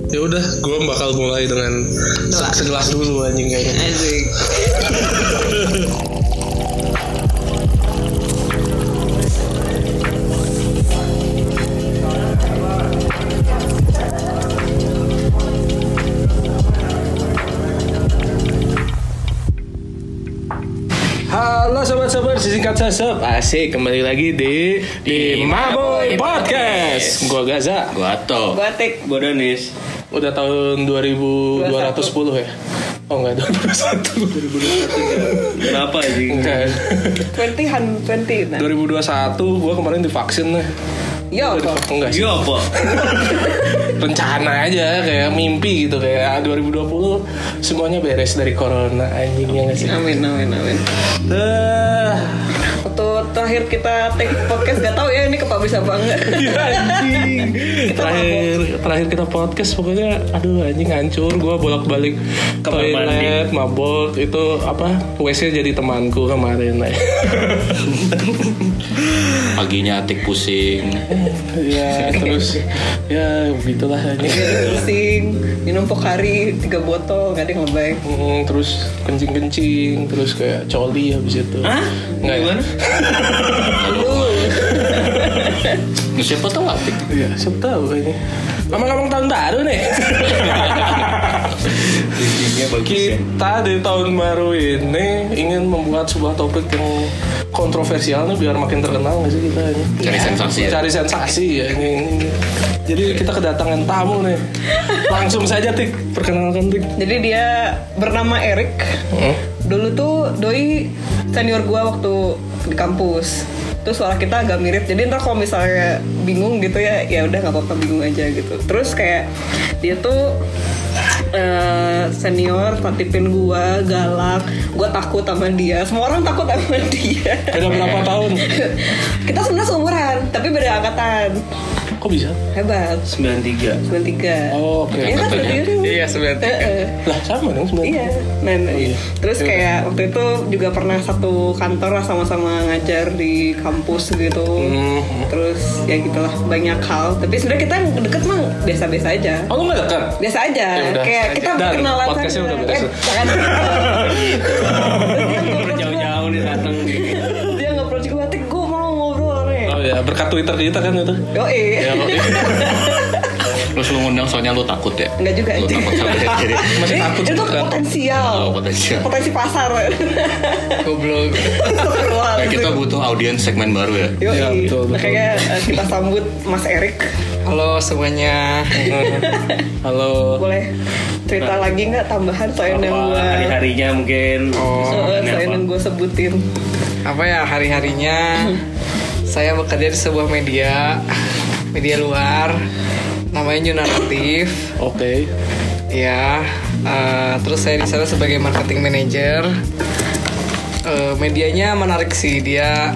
Ya udah, gue bakal mulai dengan segelas dulu anjing kayaknya. Asik. Halo sobat-sobat singkat sasep. Asik, kembali lagi di Maboy Podcast. Gua Gaza, Gua Ato, Gua Tik. gua Danis. udah tahun 2210 ya? Oh enggak, 2021. Kenapa sih? Enggak. 20. 2021 gua kemarin divaksin nih. Yo, kok. Enggak sih. Iya apa? Rencana aja kayak mimpi gitu, kayak 2020 semuanya beres dari corona anjing ya enggak sih? Amin. Waktu terakhir kita take podcast gak tahu ya ini kepublish apa enggak. Iya anjing. Terakhir kita podcast pokoknya aduh anjing hancur, gua bolak-balik toilet, mabok, itu apa? WC jadi temanku kemarin. Paginya Atik pusing. Ya terus ya begitulah anjing. Pusing, minum Pocari 3 botol, gak ada yang lebay. Terus kencing, terus kayak coli habis itu. Hah? Enggak ya? Siapa tahu Atik? Iya, siapa tahu kayaknya. Ngomong-ngomong tahun baru nih. Kita di tahun baru ini ingin membuat sebuah topik yang kontroversial nih biar makin terkenal nggak sih kita ini. Cari sensasi ya? Cari sensasi ya ini. Jadi kita kedatangan tamu nih. Langsung saja Tik, perkenalkan Tik. Jadi dia bernama Erik. Dulu tuh doi senior gua waktu di kampus. Terus suara kita agak mirip. Jadi ntar kalau misalnya bingung gitu ya udah nggak apa-apa, bingung aja gitu. Terus kayak dia tuh senior, tatipin gua, galak. Gua takut sama dia. Semua orang takut sama dia. Beda berapa tahun? Kita sebenarnya seumuran, tapi beda angkatan. Kok bisa? Hebat. 93. Oh, oke. Iya kan, Iya, 93. Lah sama dong sebenarnya. Iya, terus kayak waktu itu juga pernah satu kantor lah, sama-sama ngajar di kampus gitu. Terus ya gitulah, banyak hal. Tapi sebenarnya kita deket mah biasa-biasa aja. Oh, lu nggak dekat? Biasa aja, Ya udah, kayak kita dan kenalan podcastnya saja. udah beres. Jangan. Jauh-jauh nih datang. Dia nge-approach gue, Tik, gue mau ngobrol nih. Oh ya, berkat Twitter kita kan itu. Yoi. Ya, Terus lu ngundang soalnya lu takut ya? Enggak juga Lu anjing. takut sama dia jadi. masih takut Itu kan? potensial. Oh, potensial. Potensi pasar. Goblok. Nah, kita butuh audiens segmen baru ya. Yoi. Ya, betul. Makanya kita sambut Mas Erik. Halo semuanya. Halo. Boleh cerita lagi nggak tambahan soal yang gue Hari-harinya mungkin. soal yang gue sebutin. Apa ya hari-harinya? Saya bekerja di sebuah media luar. Namanya New Narrative. Oke. Ya. Terus saya di sana sebagai marketing manager. Medianya menarik sih, dia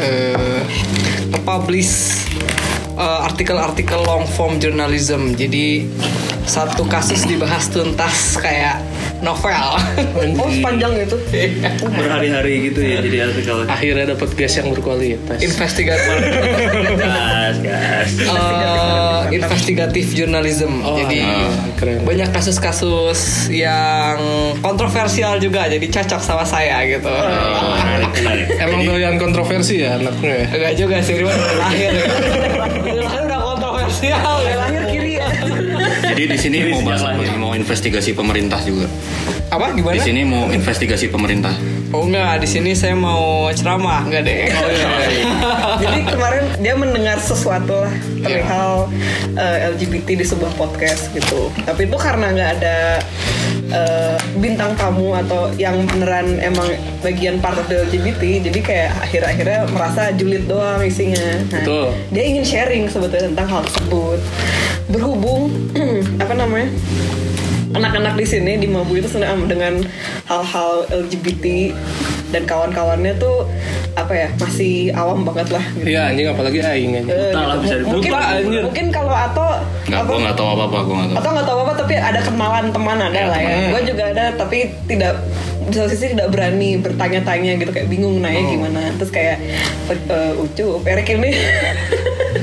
publish artikel-artikel long form journalism. Jadi satu kasus dibahas tuntas kayak novel. Oh sepanjang itu. Berhari-hari gitu ya jadi artikel. Akhirnya dapat guest yang berkualitas. Investigatif. Gas. Investigatif journalism. Jadi keren. banyak kasus-kasus yang kontroversial juga, jadi cocok sama saya gitu. Menarik. Emang doyan kontroversi ya anaknya ya? Enggak juga sih, Ridwan dari lahir. Dari lahir udah kontroversial. Dari lahir kiri ya. Jadi di sini mau bahas apa? Mau investigasi pemerintah juga. Apa gimana? Di sini mau investigasi pemerintah. Oh enggak, di sini saya mau ceramah, enggak deh. Jadi kemarin dia mendengar sesuatu lah perihal LGBT di sebuah podcast gitu. Tapi itu karena nggak ada bintang tamu atau yang beneran emang bagian part of the LGBT, jadi kayak akhir-akhirnya merasa julid doang isinya. Nah, Betul. dia ingin sharing sebetulnya tentang hal tersebut. Berhubung apa namanya? Anak-anak di sini di Mabu itu senang dengan hal-hal LGBT dan kawan-kawannya tuh apa ya, masih awam banget lah gitu. Iya anjing, apalagi aing anjing. Buta lah, bisa dibilang. Mungkin, Buta, anjir. mungkin kalau Ato Nggak, gue nggak tahu apa-apa, gue nggak tahu. atau nggak tahu apa tapi ada kenalan teman ada lah ya. Gue juga ada tapi tidak, di satu sisi tidak berani bertanya-tanya gitu, kayak bingung nanya gimana. Terus kayak Ucu, Erik ini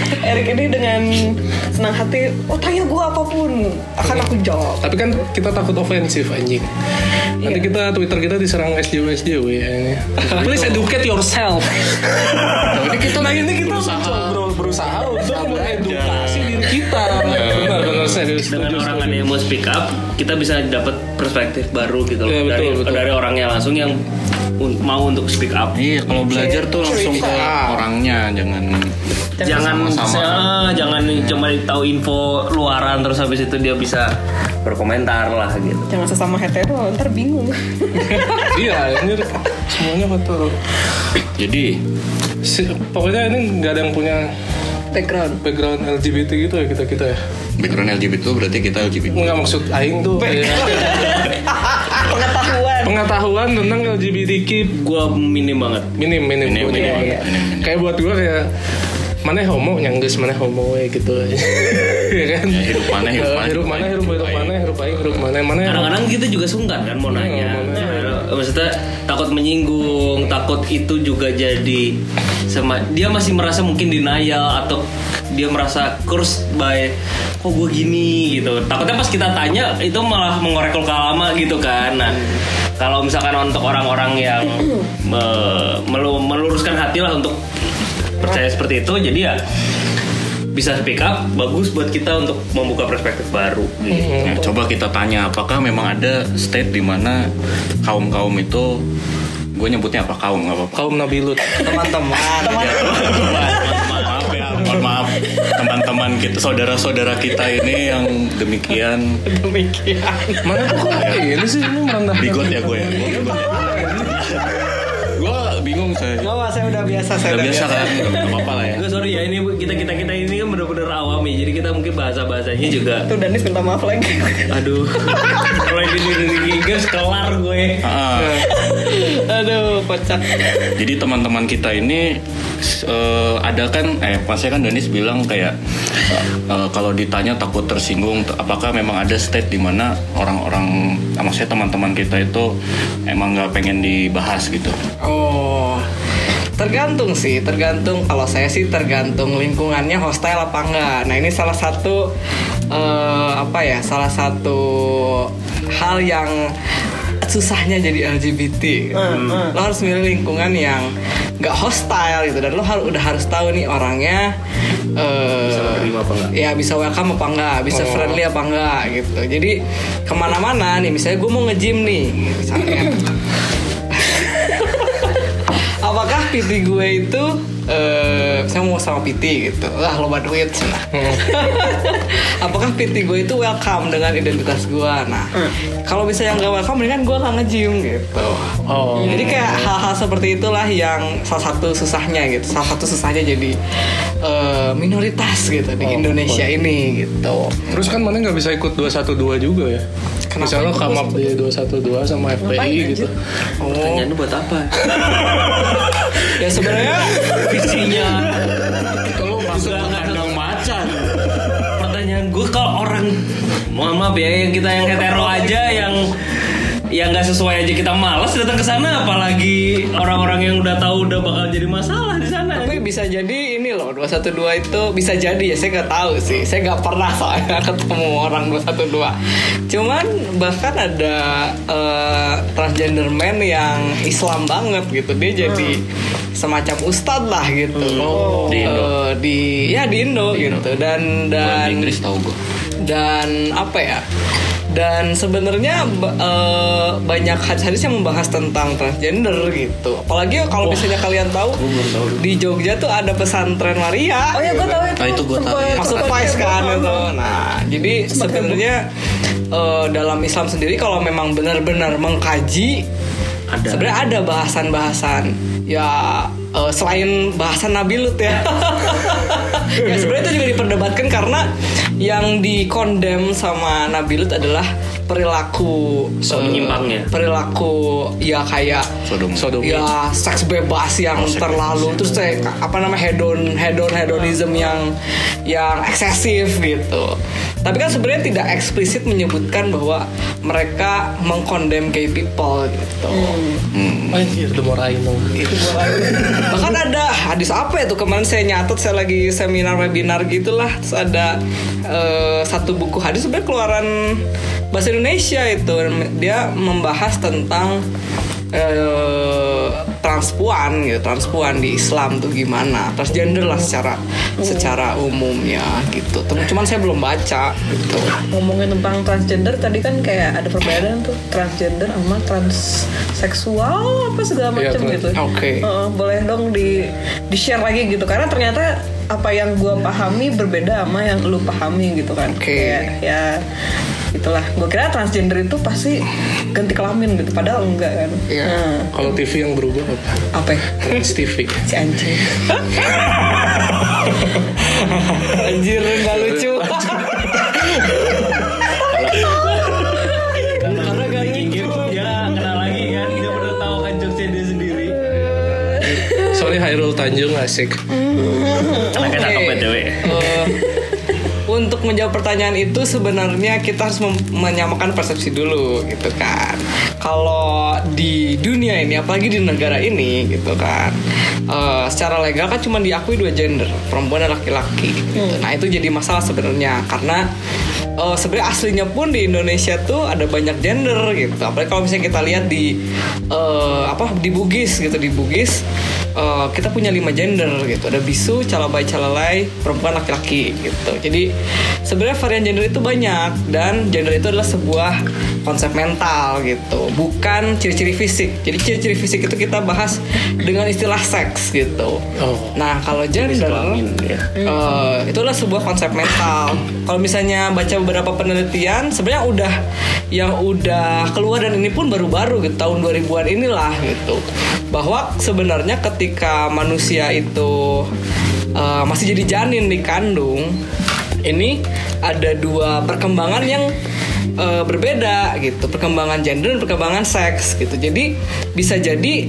Erik ini dengan senang hati, tanya gue apapun akan aku jawab. Tapi kan kita takut ofensif anjing. Nanti kita Twitter kita diserang SJW ini. Please educate yourself. Ini kita berusaha untuk mengedukasi diri kita. Benar serius. Dengan orang ada yang mau speak up, kita bisa dapat perspektif baru gitu loh. Ya, betul. Dari orangnya langsung yang mau untuk speak up. Iya, kalau belajar tuh langsung ke orangnya, Jangan sama-sama. jangan cuma tahu info luaran terus habis itu dia bisa berkomentar lah gitu. Jangan sesama hetero, ntar bingung. Iya, ini semuanya betul. Jadi Pokoknya ini nggak ada yang punya background LGBT gitu ya kita ya. background LGBT itu berarti kita LGBT. Nggak maksud aing tuh kayak pengetahuan tentang LGBTQ Gua minim banget. minim. Iya. Kayak buat gue kayak mana homo nyangges mana homo gitu ya kan. Ya, hidup mana Kadang-kadang kita juga sungkan kan mau nanya. Maksudnya takut menyinggung, takut itu juga jadi dia masih merasa mungkin denial atau dia merasa cursed by kok gue gini gitu. Takutnya pas kita tanya itu malah mengorek luka lama gitu kan. Nah, kalau misalkan untuk orang-orang yang meluruskan hati lah untuk percaya seperti itu, jadi ya bisa speak up, bagus buat kita untuk membuka perspektif baru gitu. Nah, coba kita tanya apakah memang ada state di mana kaum itu, gue nyebutnya apa kaum, nggak apa-apa. Kaum Nabilut. Teman-teman. Maaf teman-teman kita, saudara-saudara kita ini yang demikian. Mana tuh kok kayak gini sih, ini merendahkan. Bigot ya gue ya. Gue bingung saya. Gak apa, saya udah biasa. Udah biasa kan, nggak apa-apa lah ya. Gue sorry ya, ini kita ini kan benar-benar awam ya, jadi kita mungkin bahasanya juga. Tuh Danis minta maaf lagi. Aduh, kalau ini guys kelar gue. Aduh, kocak. Jadi teman-teman kita ini ada kan, pasnya kan Danis bilang kayak kalau ditanya takut tersinggung, apakah memang ada state di mana orang-orang, maksudnya teman-teman kita itu emang nggak pengen dibahas gitu? Oh, tergantung sih, kalau saya sih tergantung lingkungannya hostile apa enggak. Nah ini salah satu salah satu hal yang susahnya jadi LGBT. Lo harus milih lingkungan yang nggak hostile gitu, dan lo udah harus tahu nih orangnya Bisa menerima apa enggak? Ya bisa welcome apa enggak, bisa friendly apa enggak gitu. Jadi kemana-mana nih, misalnya gue mau nge-gym nih misalnya. Apakah PT gue itu saya mau sama PT gitu, loba duit nah. Apakah PT gue itu welcome dengan identitas gue? Nah, kalau misalnya nggak welcome, mendingan gue nggak nge-gym gitu. Jadi kayak hal-hal seperti itulah yang salah satu susahnya gitu. Salah satu susahnya jadi minoritas gitu di Indonesia ini gitu. Terus kan mana nggak bisa ikut 212 juga ya? Kenapa misalnya come up di 212 sama FPI gitu. Pertanyaannya buat apa? Ya sebenarnya Visinya Kalau masuk Juga ke nggak kandang macan. pertanyaan gue, kalau orang mohon maaf ya, yang kita yang hetero aja yang nggak sesuai aja kita malas datang ke sana, apalagi orang-orang yang udah tahu udah bakal jadi masalah di sana. tapi bisa jadi ini loh 212 itu bisa jadi ya, saya nggak tahu sih, saya nggak pernah soalnya ketemu orang 212. Cuman bahkan ada transgender man yang Islam banget gitu, dia jadi semacam ustadz lah gitu. Di Indo gitu, dan Di Inggris tahu gue. dan apa ya, dan sebenarnya banyak hadis-hadis yang membahas tentang transgender gitu. Apalagi kalau misalnya kalian tahu di Jogja tuh ada pesantren Maria. Oh ya, gue tahu itu. Itu gue tahu. Masuk PAIS kan itu. Nah, jadi sebenarnya dalam Islam sendiri kalau memang benar-benar mengkaji, sebenarnya ada bahasan-bahasan ya selain bahasan Nabi Lut ya. Ya sebenarnya itu juga diperdebatkan karena yang dikondem sama Nabi Lut adalah perilaku menyimpangnya. Perilaku ya kayak Sodom. ya seks bebas yang terlalu, terus kayak hedonism yang eksesif gitu. Tapi kan sebenarnya tidak eksplisit menyebutkan bahwa mereka mengkondem gay people gitu. Anjir, the more I know. Itu bahkan ada hadis apa itu kemarin saya nyatet, saya lagi seminar webinar gitulah, terus ada satu buku hadis sebenarnya keluaran bahasa Indonesia itu, dia membahas tentang transpuan gitu, transpuan di Islam tuh gimana, transgender lah secara umumnya gitu. Cuman saya belum baca gitu. Ngomongin tentang transgender tadi kan kayak ada perbedaan tuh transgender sama transseksual apa segala macam gitu. Oke. Boleh dong di share lagi gitu, karena ternyata apa yang gue pahami berbeda sama yang lu pahami gitu kan. Kayak ya itulah, gue kira transgender itu pasti ganti kelamin gitu, padahal enggak kan. Kalau TV yang berubah Apa ya? Trans TV. Si anjing. Anjir, nggak lucu. Karena gak gigit dia kena lagi kan, dia pernah tahu kan jokesnya dia sendiri. Sorry Hairul Tanjung, asik. Karena kita cakep BTW. Untuk menjawab pertanyaan itu sebenarnya kita harus menyamakan persepsi dulu gitu kan. Kalau di dunia ini, apalagi di negara ini gitu kan, secara legal kan cuma diakui 2 gender, perempuan dan laki-laki gitu. Nah itu jadi masalah sebenarnya, karena sebenarnya aslinya pun di Indonesia tuh ada banyak gender gitu. Apalagi kalau misalnya kita lihat di di Bugis gitu, di Bugis kita punya 5 gender gitu. Ada bisu, calabai, calalai, perempuan, laki-laki gitu. Jadi sebenarnya varian gender itu banyak, dan gender itu adalah sebuah konsep mental gitu, bukan ciri-ciri fisik. Jadi ciri-ciri fisik itu kita bahas dengan istilah seks gitu. Nah kalau gender itu adalah sebuah konsep mental. Kalau misalnya baca beberapa penelitian sebenarnya udah keluar, dan ini pun baru-baru gitu, tahun 2000-an inilah gitu, bahwa sebenarnya ketika manusia itu masih jadi janin dikandung, ini ada 2 perkembangan yang berbeda gitu, perkembangan gender dan perkembangan seks gitu. Jadi bisa jadi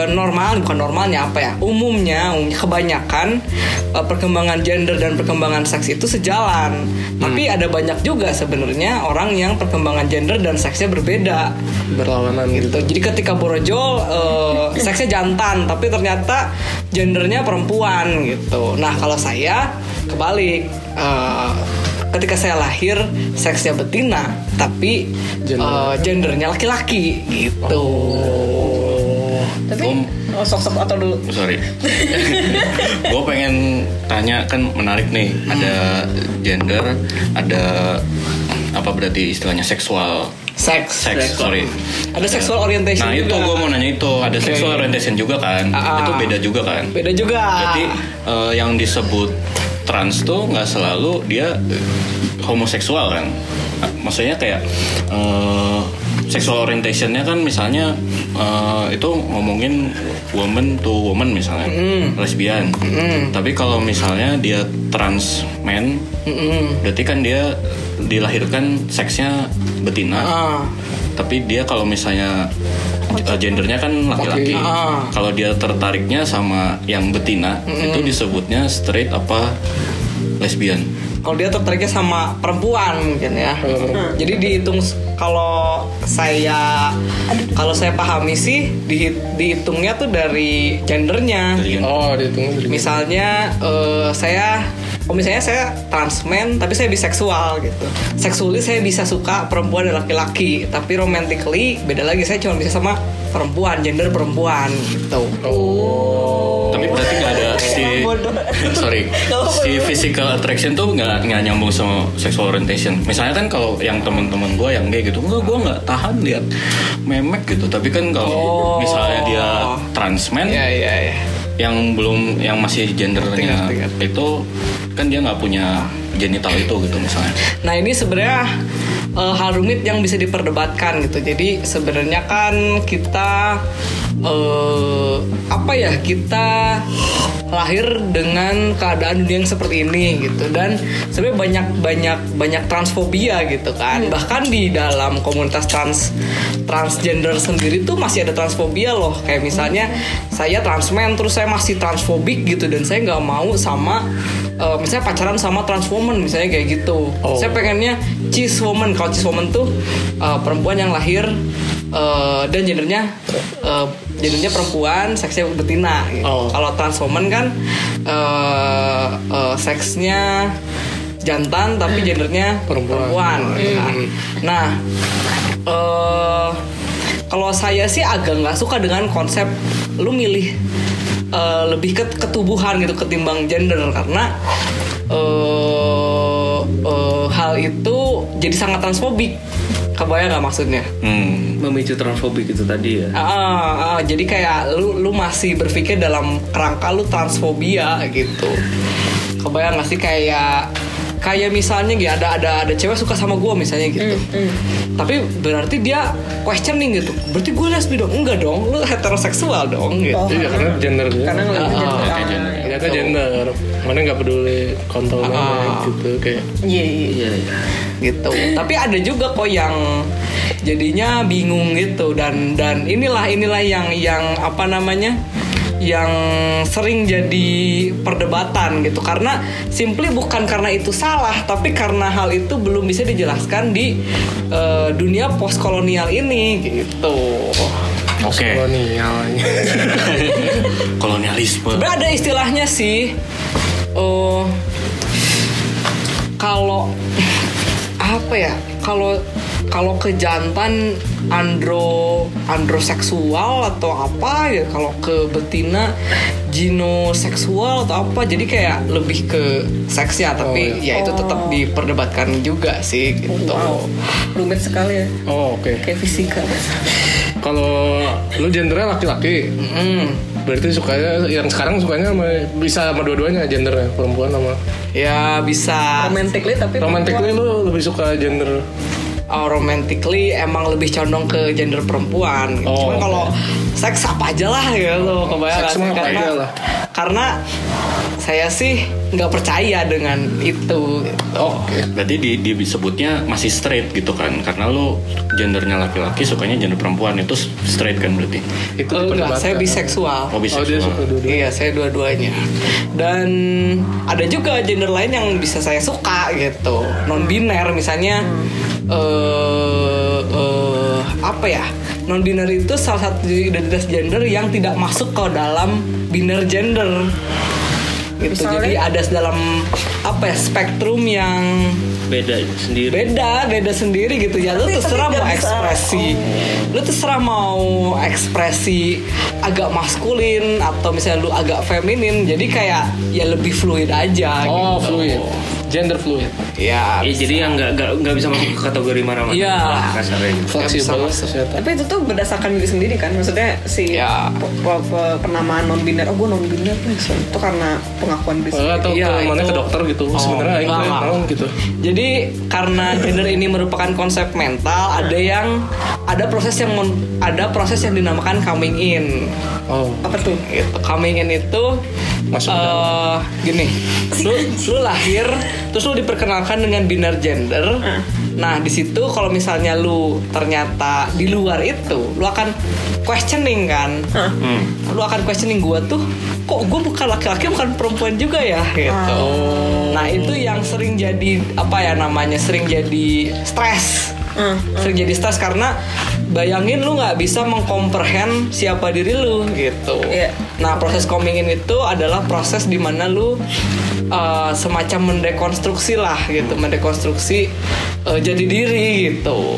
umumnya kebanyakan perkembangan gender dan perkembangan seks itu sejalan. Tapi ada banyak juga sebenarnya orang yang perkembangan gender dan seksnya berbeda, berlawanan gitu. Jadi ketika borojol seksnya jantan tapi ternyata gendernya perempuan gitu. Nah kalau saya kebalik, ketika saya lahir seksnya betina tapi gendernya laki-laki gitu. Tapi sok-sok atau dulu. Sorry. Gue pengen tanya, kan menarik nih, ada gender, ada apa berarti istilahnya seksual. Seks. Sorry. Ada sexual orientation. Nah itu gue mau nanya itu, ada sexual orientation juga kan? Itu beda juga kan? Beda juga. Jadi yang disebut trans tuh nggak selalu dia homoseksual kan? Maksudnya kayak sexual orientationnya kan misalnya itu ngomongin woman to woman misalnya, lesbian. Tapi kalau misalnya dia trans man, berarti kan dia dilahirkan seksnya betina. Tapi dia kalau misalnya gendernya kan laki-laki. Kalau dia tertariknya sama yang betina, itu disebutnya straight apa lesbian. Kalau dia tertariknya sama perempuan mungkin ya. Jadi dihitung, kalau saya pahami sih dihitungnya tuh dari gendernya. Dihitungnya. Misalnya saya trans man tapi saya biseksual gitu. Sexually saya bisa suka perempuan dan laki-laki, tapi romantically beda lagi, saya cuma bisa sama perempuan, gender perempuan gitu. Tapi berarti nggak ada si physical attraction tuh nggak nyambung sama sexual orientation. Misalnya kan kalau yang teman-teman gue yang gay gitu, gue nggak tahan lihat memek gitu. Tapi kan kalau misalnya dia trans man, yang masih gendernya itu kan dia nggak punya genital itu gitu misalnya. Nah ini sebenarnya hal rumit yang bisa diperdebatkan gitu. Jadi sebenarnya kan kita kita lahir dengan keadaan dunia yang seperti ini gitu, dan sebenarnya banyak transfobia gitu kan. Bahkan di dalam komunitas transgender sendiri tuh masih ada transfobia loh. Kayak misalnya saya transman terus saya masih transfobik gitu, dan saya nggak mau sama misalnya pacaran sama trans woman misalnya kayak gitu. Saya pengennya cis woman. Kalau cis woman tuh perempuan yang lahir dan gendernya perempuan, seksnya betina gitu. Kalau trans woman kan seksnya jantan tapi gendernya perempuan. Nah, kalau saya sih agak nggak suka dengan konsep lu milih lebih ke ketubuhan gitu ketimbang gender, karena hal itu jadi sangat transfobik. Kebayang nggak maksudnya? Memicu transfobik itu tadi ya. Jadi kayak lu masih berpikir dalam kerangka lu transfobia gitu. Kebayang nggak sih kayak misalnya gitu, ada cewek suka sama gue misalnya gitu. Tapi berarti dia questioning gitu. Berarti gue lesbi dong? Enggak dong, lu heteroseksual dong gitu. Iya, karena gendernya. Karena Ternyata gender. Mana nggak peduli kontolnya gitu kayak. Iya. Gitu. Tapi ada juga kok yang jadinya bingung gitu dan inilah yang apa namanya? Yang sering jadi perdebatan gitu, karena simply bukan karena itu salah, tapi karena hal itu belum bisa dijelaskan di dunia postkolonial ini gitu. Oke. Kolonialisme. Sebenarnya ada istilahnya sih. Kalau apa ya? Kalau ke jantan androseksual atau apa ya, kalau ke betina ginoseksual atau apa, jadi kayak lebih ke seksnya, tapi ya itu tetap diperdebatkan juga sih gitu. Wow, rumit sekali ya. Oke. Kayak fisika. Kalau lu gendernya laki-laki, berarti sukanya yang sekarang sukanya bisa sama dua-duanya, gendernya perempuan sama. Ya bisa. Romantically lu lebih suka gender. Romantically emang lebih condong ke gender perempuan gitu. Cuman kalau seks apa aja lah gitu, kebayang seks apa aja lah. Karena saya sih nggak percaya dengan itu gitu. Berarti disebutnya masih straight gitu kan, karena lu gendernya laki-laki sukanya gender perempuan, itu straight kan berarti? Itu enggak, saya biseksual. Iya, saya dua-duanya. Dan ada juga gender lain yang bisa saya suka gitu, non biner misalnya. Apa ya? Non biner itu salah satu identitas gender yang tidak masuk ke dalam biner gender. Gitu. Jadi ada dalam apa ya, spektrum yang beda sendiri gitu ya. Lu terserah mau ekspresi, lu terserah mau ekspresi agak maskulin atau misalnya lu agak feminin. Jadi kayak ya lebih fluid aja. Gitu. Fluid, gender fluid. Ya. Jadi yang nggak bisa masuk ke kategori mana-mana. Iya. Kasarnya gitu. Fleksibel. Tapi itu tuh berdasarkan diri sendiri kan, maksudnya si penamaan non biner. Gue non biner itu karena pengakuan diri sendiri. Atau mana ke dokter gitu. Sebenarnya aing tahu gitu. Jadi karena gender ini merupakan konsep mental, ada proses yang dinamakan coming in. Apa tuh? Gitu. Coming in itu gini, lu lahir terus lu diperkenalkan dengan biner gender. Nah di situ kalau misalnya lu ternyata di luar itu, lu akan questioning kan. Lu akan questioning, gue tuh kok gue bukan laki-laki, bukan perempuan juga ya gitu. Nah itu yang sering jadi apa ya namanya, sering jadi stres. Sering jadi stres karena bayangin lu nggak bisa mengkomprehend siapa diri lu gitu. Nah proses coming in itu adalah proses dimana lu semacam mendekonstruksi lah gitu, mendekonstruksi jadi diri gitu.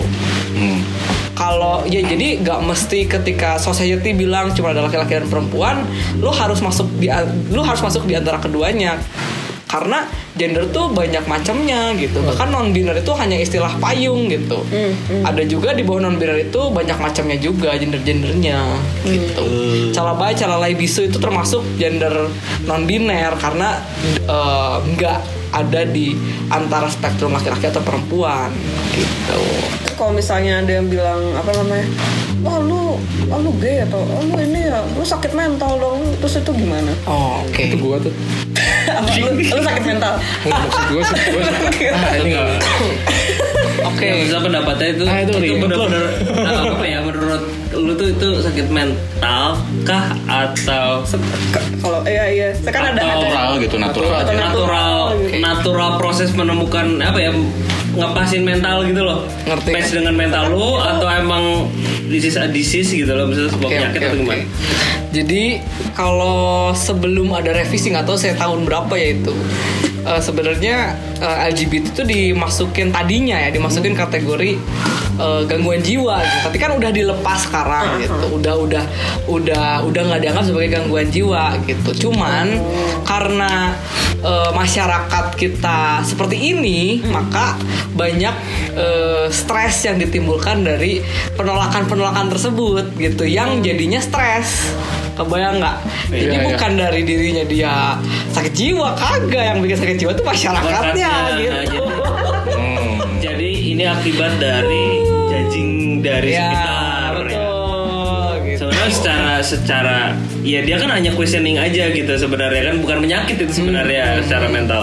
Kalau ya jadi nggak mesti ketika society bilang cuma ada laki-laki dan perempuan, lu harus masuk di antara keduanya. Karena gender tuh banyak macamnya gitu. Bahkan non biner itu hanya istilah payung gitu. Ada juga di bawah non biner itu banyak macamnya juga gender-gendernya gitu. Calalai bisu itu termasuk gender non biner karena nggak ada di antara spektrum laki-laki atau perempuan gitu. Kalau misalnya ada yang bilang apa namanya, wah lu gay atau lu ini ya, lu sakit mental dong, terus itu gimana? Oke. Itu gua tuh. lu sakit mental. Maksud gua sih ini enggak. Oke. Bisa pendapatnya itu benar-benar apa ya, menurut lu tuh itu sakit mental kah atau Kalau iya, saya kan ada Natural gitu, natural aja. natural proses menemukan apa ya, ngepasin mental gitu loh. Ngerti. Match dengan mental lu atau emang disease gitu loh, misalnya sebuah penyakit atau gimana? Jadi kalau sebelum ada revisi, nggak tahu saya tahun berapa ya itu, sebenarnya LGBT itu dimasukin kategori gangguan jiwa gitu. Tapi kan udah dilepas sekarang gitu. Udah nggak dianggap sebagai gangguan jiwa gitu. Cuman karena masyarakat kita seperti ini, maka banyak stres yang ditimbulkan dari penolakan tersebut gitu, yang jadinya stres. Kebayang nggak? Jadi bukan dari dirinya dia sakit jiwa, kagak. Yang bikin sakit jiwa tuh masyarakatnya gitu. Jadi ini akibat dari judging dari sekitar. Betul, gitu. Sebenarnya secara ya dia kan hanya questioning aja gitu sebenarnya, kan bukan penyakit itu sebenarnya secara mental.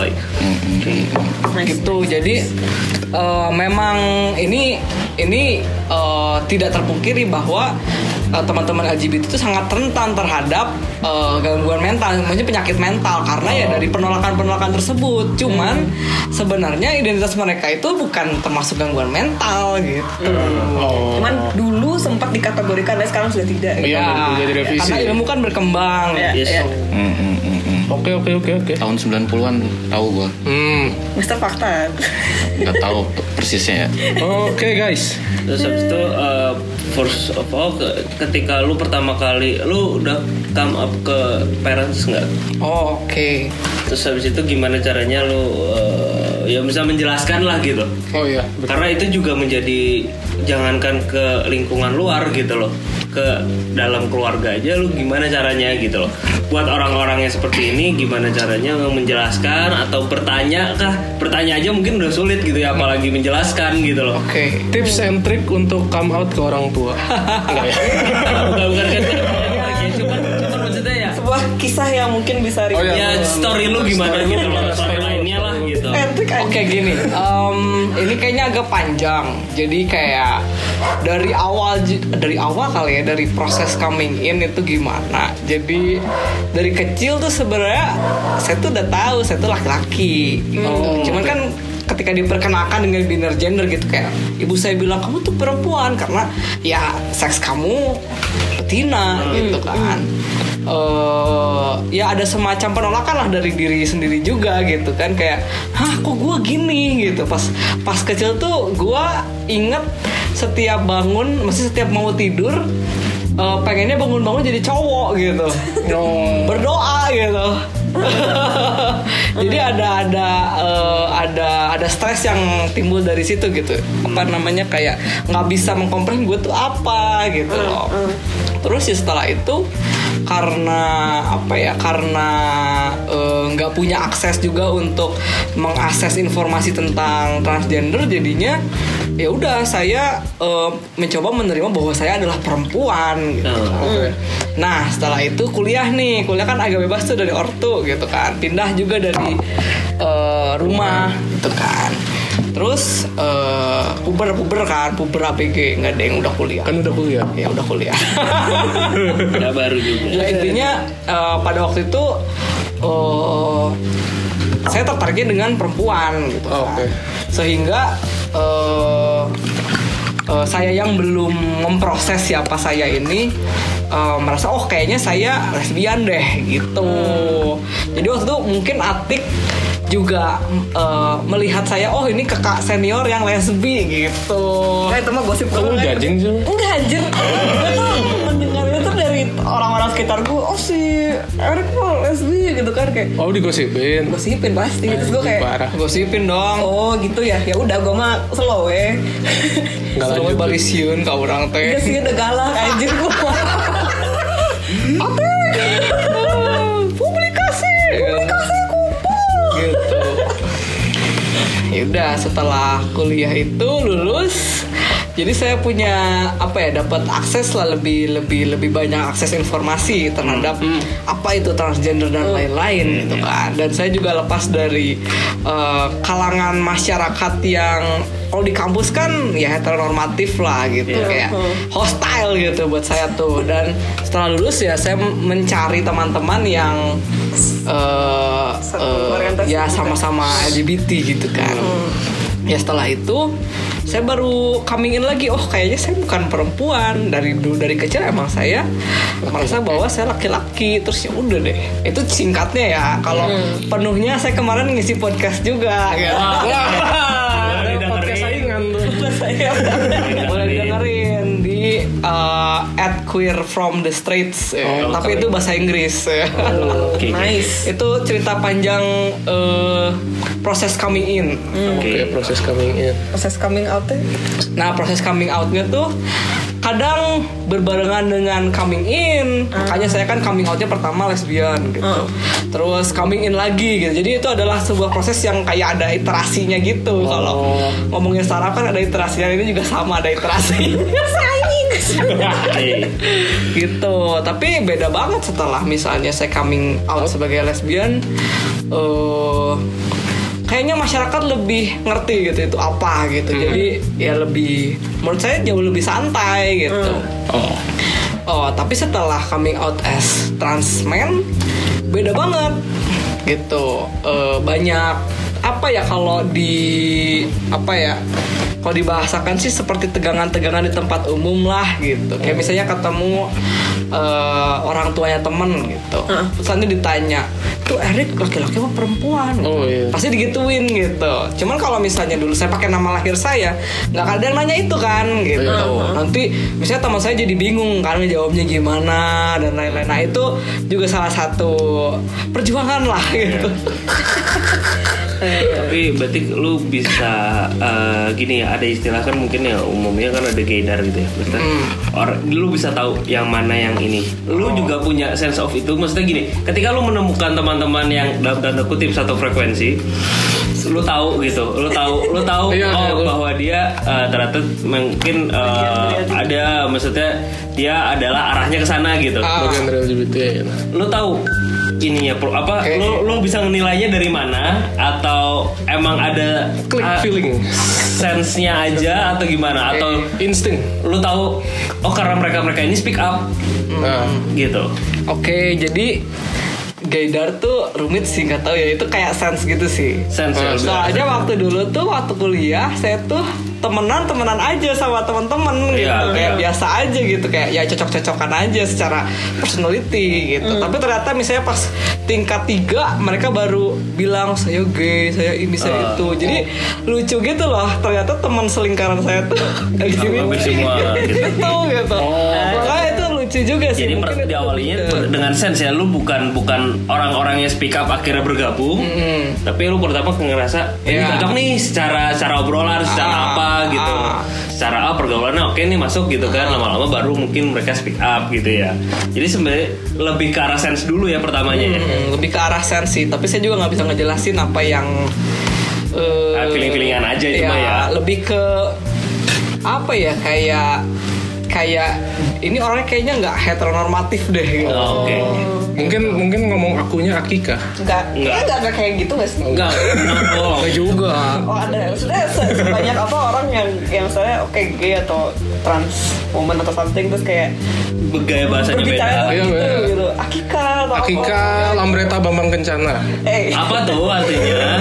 Gitu. Jadi memang ini tidak terpungkiri bahwa teman-teman LGBT itu sangat rentan terhadap gangguan mental, namanya penyakit mental, karena ya dari penolakan tersebut. Cuman sebenarnya identitas mereka itu bukan termasuk gangguan mental gitu. Cuman dulu sempat dikategorikan, dan sekarang sudah tidak. Iya, jadi revisi. Karena ilmu kan berkembang. Yes. Oke. Tahun 90-an tahu gua. Mister Fakta. Nggak tahu persisnya ya. Oke, guys. Terus habis itu first of all ketika lu pertama kali lu udah come up ke parents nggak? Oh, oke. Terus habis itu gimana caranya lu ya bisa menjelaskan lah gitu. Oh iya. Karena itu juga menjadi, jangankan ke lingkungan luar gitu loh, ke dalam keluarga aja lu gimana caranya gitu loh. Buat orang-orang yang seperti ini gimana caranya menjelaskan atau bertanya kah? Bertanya aja mungkin udah sulit gitu ya, apalagi menjelaskan gitu loh. Oke. Tips and trick untuk come out ke orang tua. Enggak ya? Bukan kan? Cuma maksudnya ya. Sebuah kisah yang mungkin bisa Oh, iya. Ya story lu gimana gitu loh, story lainnya lah gitu. Oke, gini, ini kayaknya agak panjang. Jadi kayak dari awal kali ya, dari proses coming in itu gimana. Jadi dari kecil tuh sebenarnya saya tuh udah tahu saya tuh laki-laki. Cuman kan ketika diperkenalkan dengan biner gender gitu, kayak ibu saya bilang kamu tuh perempuan karena ya seks kamu betina gitu kan. Ya ada semacam penolakan lah dari diri sendiri juga gitu kan, kayak kok gue gini gitu. Pas kecil tuh gue inget setiap bangun, mesti setiap mau tidur pengennya bangun-bangun jadi cowok gitu. Berdoa gitu. Jadi ada stres yang timbul dari situ gitu. Apa namanya, kayak nggak bisa mengkomprehend gue tuh apa gitu loh. Terus ya setelah itu karena nggak punya akses juga untuk mengakses informasi tentang transgender, jadinya ya udah saya mencoba menerima bahwa saya adalah perempuan gitu. Nah setelah itu kuliah kan agak bebas tuh dari ortu gitu kan, pindah juga dari rumah gitu kan. Terus puber ABG, nggak ada yang udah kuliah. Kan udah kuliah. Ya udah kuliah. Udah baru juga. Ya intinya pada waktu itu saya tertariknya dengan perempuan gitu kan. Oke. Sehingga saya yang belum memproses siapa saya ini merasa kayaknya saya lesbian deh gitu. Jadi waktu itu mungkin Atik juga melihat saya, ini kakak senior yang lesbi gitu. Nah, itu mah gosip Kamu doang. judging sih? Enggak anjir. Gue tuh mendengar itu dari orang-orang sekitar gue. Si Erik mah lesbi gitu kan, kayak Oh, digosipin. gosipin pasti. Terus gue kayak Parah. Gosipin dong. oh gitu ya. Ya udah gue mah slow Enggak Selalu lanjut. balisiun kau orang Iya teh. sih udah galak anjir gue. Publikasi kumpul gitu. Ya udah, setelah kuliah itu lulus, Jadi saya punya dapat akses lah lebih banyak akses informasi terhadap apa itu transgender dan lain-lain gitu kan. Dan saya juga lepas dari kalangan masyarakat yang kalau di kampus kan ya heteronormatif lah gitu, kayak hostile gitu buat saya tuh. Dan setelah lulus ya saya mencari teman-teman yang ya sama-sama LGBT gitu kan. Ya setelah itu saya baru coming in lagi, kayaknya saya bukan perempuan. Dari kecil emang saya merasa bahwa saya laki-laki. Terus ya udah deh, itu singkatnya ya. Kalau penuhnya saya kemarin ngisi podcast juga gitu. Podcast saingan tuh. Boleh dengerin di @queer_from_the_straits tapi itu bahasa Inggris. Nice. Itu cerita panjang proses coming in. Oke, proses coming in. Proses coming out ya? Nah, proses coming out-nya tuh kadang berbarengan dengan coming in. Makanya saya kan coming out-nya pertama lesbian gitu. Terus coming in lagi gitu. Jadi itu adalah sebuah proses yang kayak ada iterasinya gitu. Kalau ngomongin startup kan ada iterasinya, ini juga sama ada iterasi. Gitu. Tapi beda banget setelah misalnya saya coming out sebagai lesbian. Kayaknya masyarakat lebih ngerti gitu itu apa gitu. Jadi ya lebih, menurut saya jauh lebih santai gitu. Tapi setelah coming out as trans man beda banget gitu. Banyak kalau dibahasakan sih seperti tegangan-tegangan di tempat umum lah gitu. Kayak misalnya ketemu orang tuanya temen gitu. Terus nanti ditanya, tuh Erik laki-laki apa perempuan? Gitu. Pasti digituin gitu. Cuman kalau misalnya dulu saya pakai nama lahir saya, nggak ada yang nanya itu kan gitu. Nanti misalnya teman saya jadi bingung kan jawabnya gimana dan lain-lain. Nah itu juga salah satu perjuangan lah gitu. Tapi berarti lu bisa gini ya, ada istilah kan mungkin ya umumnya kan ada gaydar gitu ya. Lu bisa tahu yang mana yang ini. Lu juga punya sense of itu. Maksudnya gini, ketika lu menemukan teman-teman yang dalam tanda kutip satu frekuensi, lu tahu gitu, lu tahu bahwa dia ternyata mungkin ada, maksudnya dia adalah arahnya ke sana gitu. Bagian dari LGBT ya. Lu tahu ininya lu bisa menilainya dari mana, atau emang ada feeling sense-nya aja atau gimana, atau insting lu tahu karena mereka ini speak up gitu. Oke, jadi gaydar tuh rumit sih, nggak tahu ya, itu kayak sense gitu sih. Soalnya waktu dulu tuh waktu kuliah saya tuh temenan aja sama teman-teman gitu, kayak biasa aja gitu, kayak ya cocok-cocokan aja secara personality gitu. Tapi ternyata misalnya pas tingkat 3 mereka baru bilang saya gay, saya ini, saya itu. Jadi lucu gitu loh, ternyata teman selingkaran saya tuh hampir semua gitu. Makanya itu lucu juga sih. Jadi diawalinya dengan sense ya, lu bukan orang-orang yang speak up akhirnya bergabung, tapi lu pertama ngerasa ini cocok nih secara obrolan, secara apa gitu, secara pergaulannya oke nih masuk gitu kan. Lama-lama baru mungkin mereka speak up gitu ya. Jadi sebenarnya lebih ke arah sense dulu ya pertamanya ya. Lebih ke arah sense sih, tapi saya juga nggak bisa ngejelasin apa yang feeling-feelingan aja cuma ya. Lebih ke apa ya, kayak ini orangnya kayaknya nggak heteronormatif deh gitu. Mungkin ngomong akunya Akika. Enggak kayak gitu nggak sih? Enggak juga. Ada. Sudah sebanyak apa orang yang saya gay atau trans woman atau something, terus kayak gaya bahasanya beda. Gitu. Akika, Lambreta Bambang Kencana. Apa tuh artinya?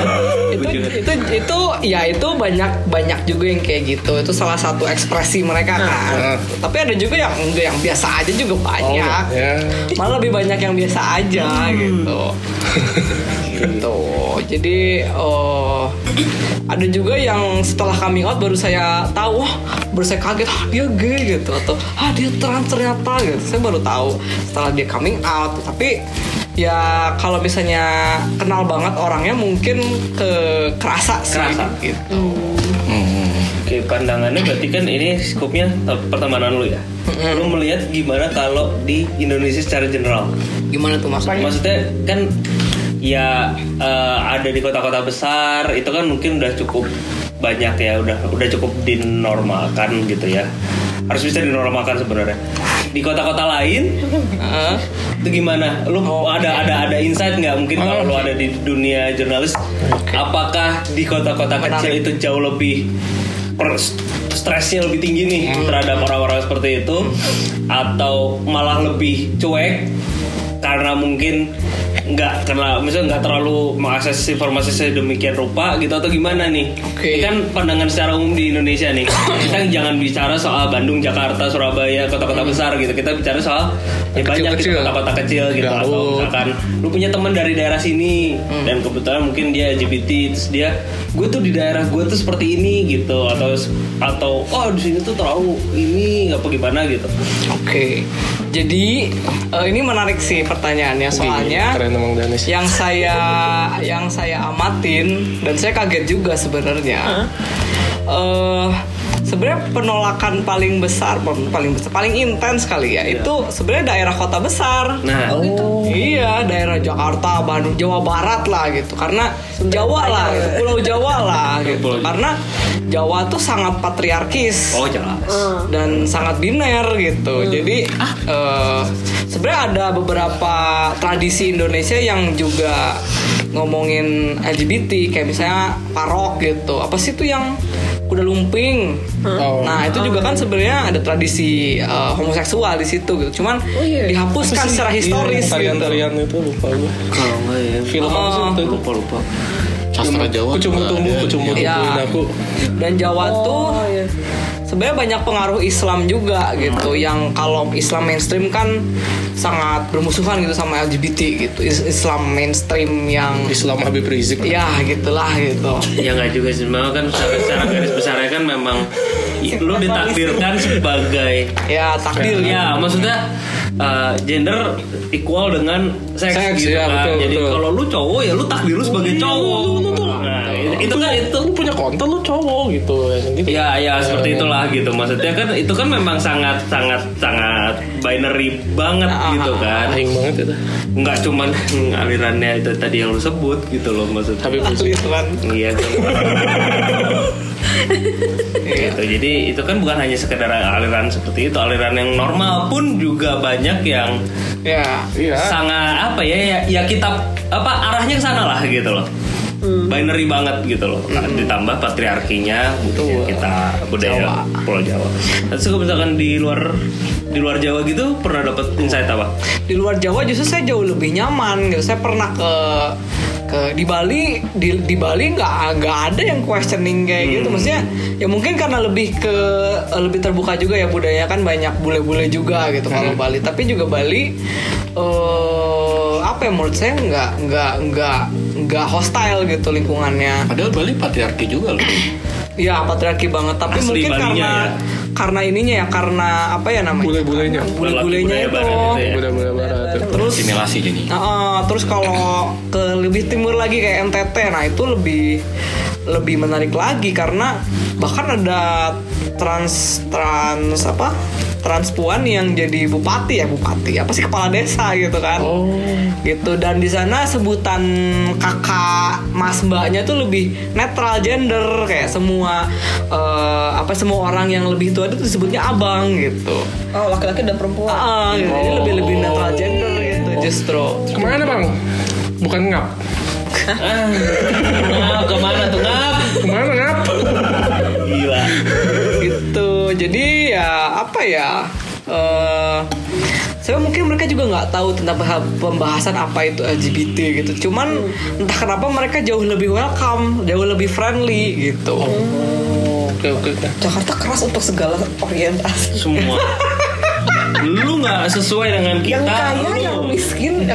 itu banyak juga yang kayak gitu. Itu salah satu ekspresi mereka kan. Tapi ada juga yang biasa aja juga banyak. Malah lebih banyak yang biasa aja gitu. Gitu. Jadi ada juga yang setelah coming out baru saya tahu, baru saya kaget, dia gay gitu, atau dia trans ternyata gitu. Saya baru tahu setelah dia coming out. Tapi ya kalau misalnya kenal banget orangnya mungkin kerasa sih gitu. Oke, pandangannya berarti kan ini skupnya pertemanan lu ya. Lu melihat gimana kalau di Indonesia secara general? Gimana tuh maksudnya kan ya ada di kota-kota besar itu kan mungkin udah cukup banyak ya, udah cukup dinormalkan gitu ya. Harus bisa dinormalkan sebenarnya. Di kota-kota lain itu gimana? Lu ada insight nggak? Mungkin kalau lu ada di dunia jurnalis, apakah di kota-kota kecil itu jauh lebih stresnya lebih tinggi nih terhadap orang-orang seperti itu, atau malah lebih cuek karena mungkin misalnya nggak terlalu mengakses informasi sedemikian rupa gitu, atau gimana nih? Ini kan pandangan secara umum di Indonesia nih. Kita jangan bicara soal Bandung, Jakarta, Surabaya, kota-kota besar gitu. Kita bicara soal banyak gitu, kota-kota kecil gitu. Atau misalkan lu punya teman dari daerah sini dan kebetulan mungkin dia LGBT, terus gue tuh di daerah gue tuh seperti ini gitu, atau di sini tuh terlalu ini apa gimana gitu. Jadi ini menarik sih pertanyaannya, soalnya yang saya amatin dan saya kaget juga sebenarnya. Sebenarnya penolakan paling intens kali ya, itu sebenarnya daerah kota besar. Iya, daerah Jakarta, Bandung, Jawa Barat lah gitu. Karena Jawa lah, gitu. Pulau Jawa lah gitu. Karena Jawa tuh sangat patriarkis. Dan sangat biner gitu. Jadi sebenarnya ada beberapa tradisi Indonesia yang juga ngomongin LGBT, kayak misalnya parok gitu. Apa sih tuh yang kuda lumping? Nah itu juga kan sebenarnya ada tradisi homoseksual di situ gitu. Cuman dihapuskan secara historis. Tarian-tarian itu lupa gue. Kalau nggak ya film apa sih itu? Lupa. Sastra Jawa. Kucumbu tumbuhin aku. Dan Jawa tuh sebenarnya banyak pengaruh Islam juga gitu. Yang kalau Islam mainstream kan sangat bermusuhan gitu sama LGBT gitu. Islam mainstream yang Islam Habib Rizik. Ya gitulah gitu. Ya nggak juga sih, memang kan secara garis besarnya kan memang lu ditakdirkan sebagai takdir. Ya maksudnya gender equal dengan seks gitu ya, kan. betul, jadi kalau lu cowok ya lu takdir lu sebagai cowok. Nah, itu kan lu punya konten lu cowok gitu gitu. Ya seperti itulah gitu. Maksudnya kan itu kan memang sangat binary banget gitu kan. Aing banget itu. Enggak cuman alirannya itu tadi yang lu sebut gitu loh maksudnya. Habib Rizik. Iya. Gitu. Jadi itu kan bukan hanya sekedar aliran seperti itu, aliran yang normal pun juga banyak yang sangat ya kita arahnya ke sana lah gitu loh. Binary banget gitu loh. Ditambah patriarkinya budaya Pulau Jawa. Terus kalau misalkan di luar Jawa gitu pernah dapat insight apa? Di luar Jawa justru saya jauh lebih nyaman gitu. Saya pernah di Bali nggak ada yang questioning kayak gitu. Maksudnya ya mungkin karena lebih terbuka juga ya, budaya kan banyak bule-bule juga gitu kalau Bali. Tapi juga Bali menurut saya nggak hostile gitu lingkungannya. Padahal Bali patriarki juga loh. Iya patriarki banget, tapi asli mungkin karena ininya ya, karena apa ya namanya? Bule-bulenya itu. Budaya barat. Terus simulasi jadi. Terus kalau ke lebih timur lagi kayak NTT, nah itu lebih menarik lagi karena bahkan ada transpuan yang jadi bupati apa sih, kepala desa gitu kan. Gitu. Dan di sana sebutan kakak mas mbaknya tuh lebih netral gender, kayak semua orang yang lebih tua itu disebutnya abang gitu. Laki-laki dan perempuan. Gitu. Jadi lebih netral gender gitu justru. Kemana bang? Bukan ngap. Kemana tuh ngap? Kemana ngap? Gila. Gitu. Jadi saya mungkin mereka juga nggak tahu tentang pembahasan apa itu LGBT gitu. Cuman entah kenapa mereka jauh lebih welcome, jauh lebih friendly gitu. Oke. Jakarta keras untuk segala orientasi. Semua. Lu nggak sesuai dengan kita. Yang kaya, yang miskin,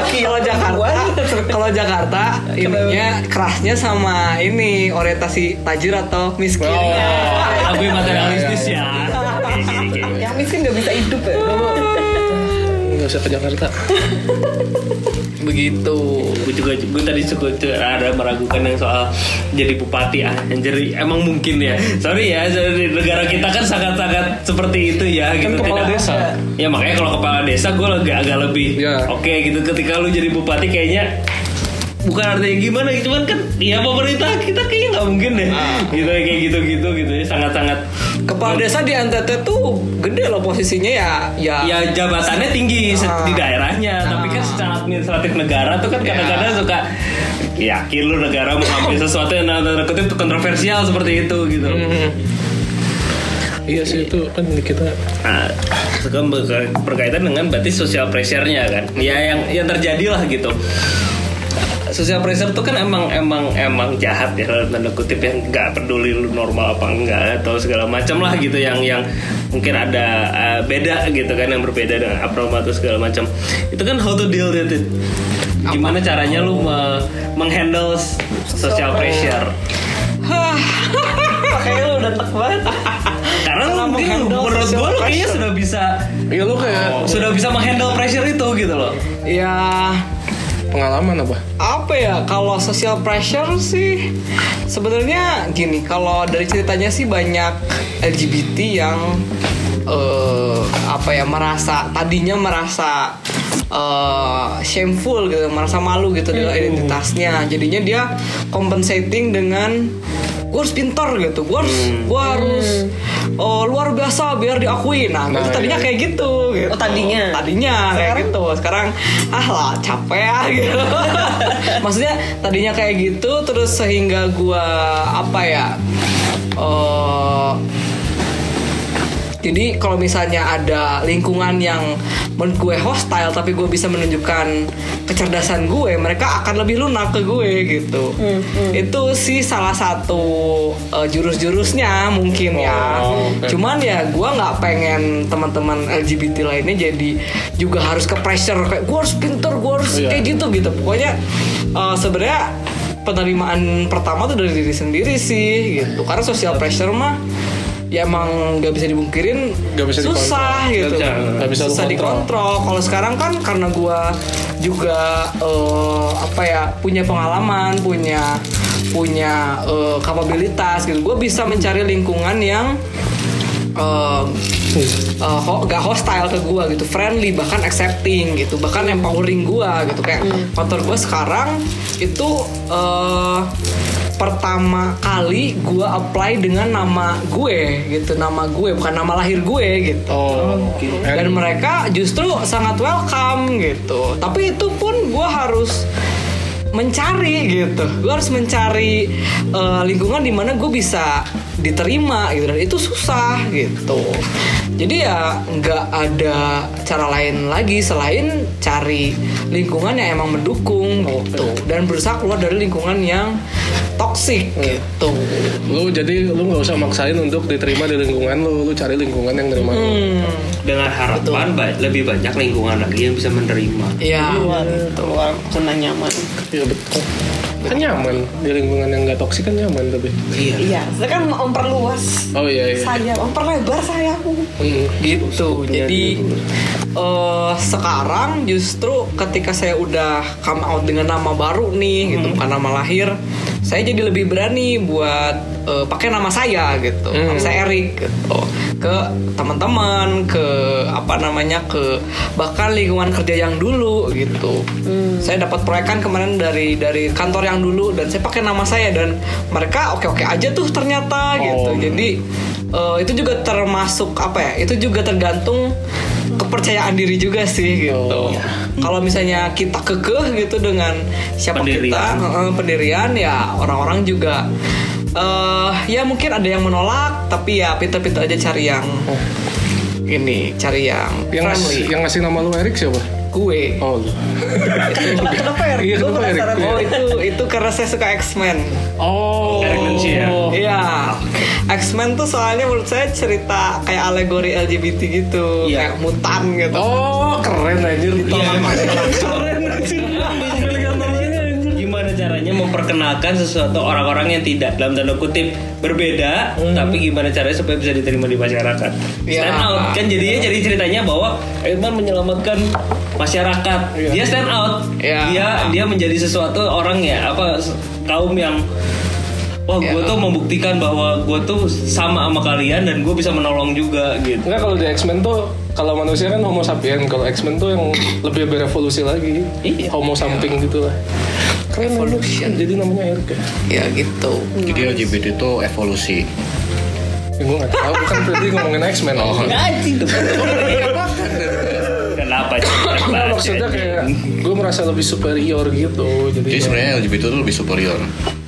kalau Jakarta ininya kerasnya sama ini orientasi tajir atau miskin. Lebih materialistis ya. Yang miskin nggak bisa hidup ya. Nggak usah ke Jakarta. Begitu. Gue tadi suka ada meragukan yang soal jadi bupati anjir, emang mungkin ya. Sorry negara kita kan sangat-sangat seperti itu ya kan gitu. Kepala desa. Ya makanya kalau kepala desa gue agak lebih oke gitu. Ketika lu jadi bupati kayaknya bukan artinya gimana, cuman kan ya pemerintah kita kayaknya nggak mungkin deh gitu kayak gitu ya, sangat-sangat Kepala desa di NTT tuh gede loh posisinya ya jabatannya tinggi di daerahnya, tapi kan secara administratif negara tuh kan kadang-kadang suka yakin lu negara mau ngambil sesuatu yang tanda kutip kontroversial seperti itu gitu. Iya sih, itu kan kita Sekarang berkaitan dengan berarti social pressure-nya kan, ya yang terjadi lah gitu. Social pressure tuh kan emang jahat ya, tanda kutip, yang nggak peduli lu normal apa enggak atau segala macam lah gitu, yang mungkin ada beda gitu kan, yang berbeda dengan abnormal atau segala macam. Itu kan how to deal with it. Gimana caranya lu menghandle social pressure? Kayaknya lu udah tek banget. Karena lu menurut gue lu kayaknya sudah bisa, ya lu kayak sudah bisa menghandle pressure itu gitu loh. Ya pengalaman apa ya, kalau social pressure sih sebenarnya gini, kalau dari ceritanya sih banyak LGBT yang tadinya merasa shameful gitu, merasa malu gitu dengan identitasnya, jadinya dia compensating dengan gue harus pintar gitu, gue harus luar biasa biar diakui. Nah itu tadinya kayak gitu. Oh tadinya kayak gitu. Sekarang lah capek ya gitu. Maksudnya tadinya kayak gitu, terus sehingga gue jadi kalau misalnya ada lingkungan yang menurut gue hostile tapi gue bisa menunjukkan kecerdasan gue, mereka akan lebih lunak ke gue gitu. Itu sih salah satu jurus-jurusnya mungkin ya. Cuman ya gue nggak pengen teman-teman LGBT lainnya jadi juga harus ke pressure kayak gue harus pinter, gue harus kayak gitu. Pokoknya sebenarnya penerimaan pertama tuh dari diri sendiri sih gitu. Karena social pressure mah ya emang nggak bisa dibungkirin, susah gitu, nggak bisa susah dikontrol. Kalau sekarang kan karena gue juga punya pengalaman, punya kapabilitas gitu, gue bisa mencari lingkungan yang gak hostile ke gue gitu, friendly, bahkan accepting gitu, bahkan empowering gue gitu. Kayak kantor gue sekarang itu pertama kali gue apply dengan nama gue gitu, nama gue bukan nama lahir gue gitu. Dan mereka justru sangat welcome gitu. Tapi itu pun gue harus mencari gitu, gue harus mencari lingkungan di mana gue bisa diterima gitu, dan itu susah gitu. Jadi ya nggak ada cara lain lagi selain cari lingkungan yang emang mendukung gitu, dan berusaha keluar dari lingkungan yang toksik gitu. Lu nggak usah maksain untuk diterima di lingkungan lu cari lingkungan yang nerima lu. Dengan harapan lebih banyak lingkungan lagi yang bisa menerima. Iya, keluar zona nyaman. Iya betul. Kan nyaman di lingkungan yang nggak toksik, kan nyaman tapi. Iya, saya kan memperluas. Oh iya. Sayap, memperlebar sayapku. Gitu. Jadi sekarang justru ketika saya udah come out dengan nama baru nih gitu, bukan nama lahir, saya jadi lebih berani buat pakai nama saya gitu. Nama saya Erik gitu. Ke teman-teman, ke ke bahkan lingkungan kerja yang dulu gitu. Saya dapat proyekan kemarin dari kantor yang dulu, dan saya pakai nama saya, dan mereka oke-oke aja tuh ternyata gitu. Jadi itu juga termasuk itu juga tergantung kepercayaan diri juga sih gitu. Kalau misalnya kita kekeh gitu dengan siapa pendirian ya orang-orang juga ya mungkin ada yang menolak, tapi ya pintar-pintar aja cari yang friendly. Yang ngasih nama lu Erik siapa? Gue. Oh. Kenapa Erik? Iya, kenapa Erik? Itu karena saya suka X-Men. Oh. Iya. X-Men tuh soalnya menurut saya cerita kayak alegori LGBT gitu, kayak mutan gitu. Oh, keren anjir. Keren anjir. Gimana caranya memperkenalkan sesuatu orang-orang yang tidak dalam tanda kutip berbeda, tapi gimana caranya supaya bisa diterima di masyarakat. Stand out kan jadinya, jadi ceritanya bahwa Edman menyelamatkan masyarakat. Dia stand out. Dia menjadi sesuatu orang kaum yang gue tuh membuktikan bahwa gue tuh sama kalian dan gue bisa menolong juga gitu. Enggak, kalau di X-Men tuh, kalau manusia kan Homo sapien, kalau X-Men tuh yang lebih berevolusi lagi. Homo samping gitu lah. Keren evolution. Jadi namanya RK. Ya gitu. Jadi LGBT itu evolusi. Gue nggak tahu, bukan berarti ngomongin X-Men. Anjing tuh. Kenapa? Maksudnya kayak gue merasa lebih superior gitu. Jadi sebenarnya LGBT itu lebih superior.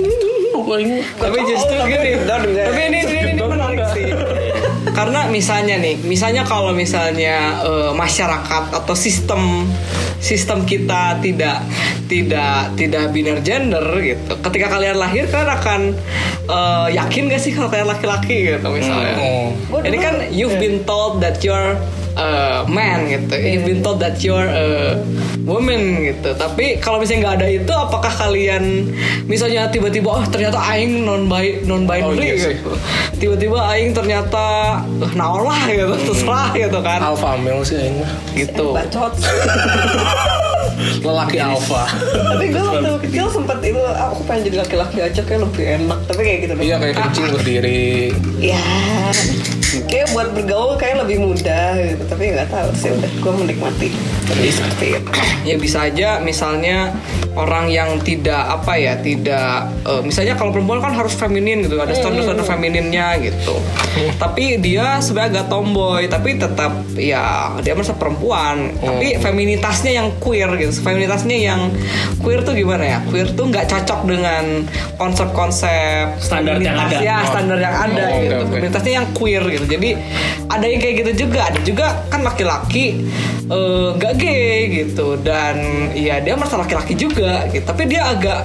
Tapi justru gini. Tapi ini menarik sih. Karena misalnya kalau misalnya masyarakat atau sistem kita tidak biner gender gitu. Ketika kalian lahir kalian akan yakin gak sih kalau kalian laki-laki gitu misalnya. Ini kan you've been told that you're man gitu. You've been told that you're woman gitu. Tapi kalau misalnya nggak ada itu, apakah kalian misalnya tiba-tiba ternyata aing non binary gitu. Tiba-tiba aing ternyata naon lah gitu, terserah gitu kan. Alpha male sih aing mah. Gitu. Bacot. Lelaki alpha. Tapi gue waktu kecil sempet itu aku pengen jadi laki-laki aja kayak lebih enak. Tapi kayak gitu. Iya kayak kencing berdiri. Ya, kayak buat bergaul kayak lebih mudah gitu. Tapi nggak tahu sih, udah gue menikmati. Tapi seperti itu. Ya bisa aja misalnya orang yang tidak misalnya kalau perempuan kan harus feminin gitu, ada standar femininnya gitu. Tapi dia sebenarnya agak tomboy, tapi tetap ya dia merasa perempuan. Tapi feminitasnya yang queer gitu. Feminitasnya yang queer tuh gimana ya? Queer tuh nggak cocok dengan konsep-konsep Standar yang ada. Ya, standar yang ada gitu. Okay. Feminitasnya yang queer gitu. Jadi ada yang kayak gitu juga. Ada juga kan laki-laki nggak gay gitu, dan ya dia merasa laki-laki juga gitu. Tapi dia agak